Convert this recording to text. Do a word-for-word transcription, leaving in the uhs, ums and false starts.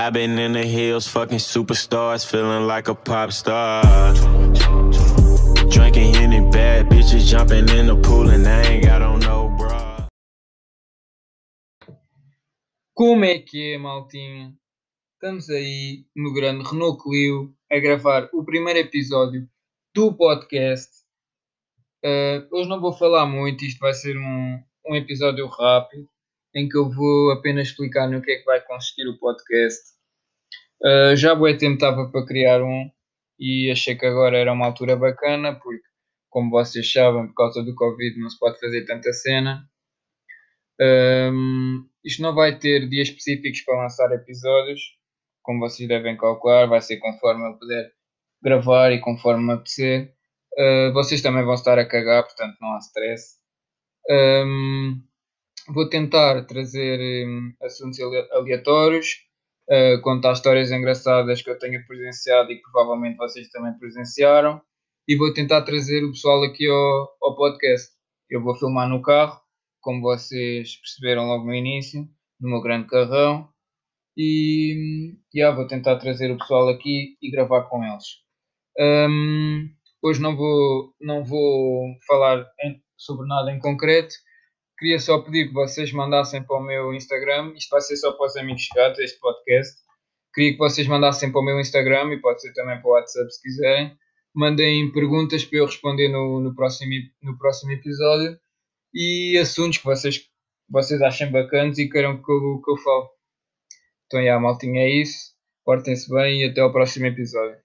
I've been in the hills, fucking superstars, feeling like a pop star. Drinking any bad bitches, jumping in the pool and I ain't got on no bra. Como é que é, maltinha? Estamos aí no grande Renault Clio a gravar o primeiro episódio do podcast. Uh, hoje não vou falar muito, isto vai ser um, um episódio rápido em que eu vou apenas explicar no que é que vai consistir o podcast. Uh, já há bué tempo estava para criar um e achei que agora era uma altura bacana porque, como vocês sabem, por causa do Covid não se pode fazer tanta cena. Um, isto não vai ter dias específicos para lançar episódios, como vocês devem calcular, vai ser conforme eu puder gravar e conforme me apetecer. Uh, vocês também vão estar a cagar, portanto não há stress. Um, vou tentar trazer um, assuntos aleatórios, uh, contar histórias engraçadas que eu tenha presenciado e que provavelmente vocês também presenciaram, e vou tentar trazer o pessoal aqui ao, ao podcast. Eu vou filmar no carro, como vocês perceberam logo no início, no meu grande carrão, e yeah, vou tentar trazer o pessoal aqui e gravar com eles. Um, hoje não vou, não vou falar em, sobre nada em concreto. Queria só pedir que vocês mandassem para o meu Instagram. Isto vai ser só para os amigos chegados, este podcast. Queria que vocês mandassem para o meu Instagram e pode ser também para o WhatsApp se quiserem. Mandem perguntas para eu responder no, no, próximo, no próximo episódio e assuntos que vocês, vocês achem bacanas e queiram que eu, que eu fale. Então, já, maltinha, é isso. Portem-se bem e até ao próximo episódio.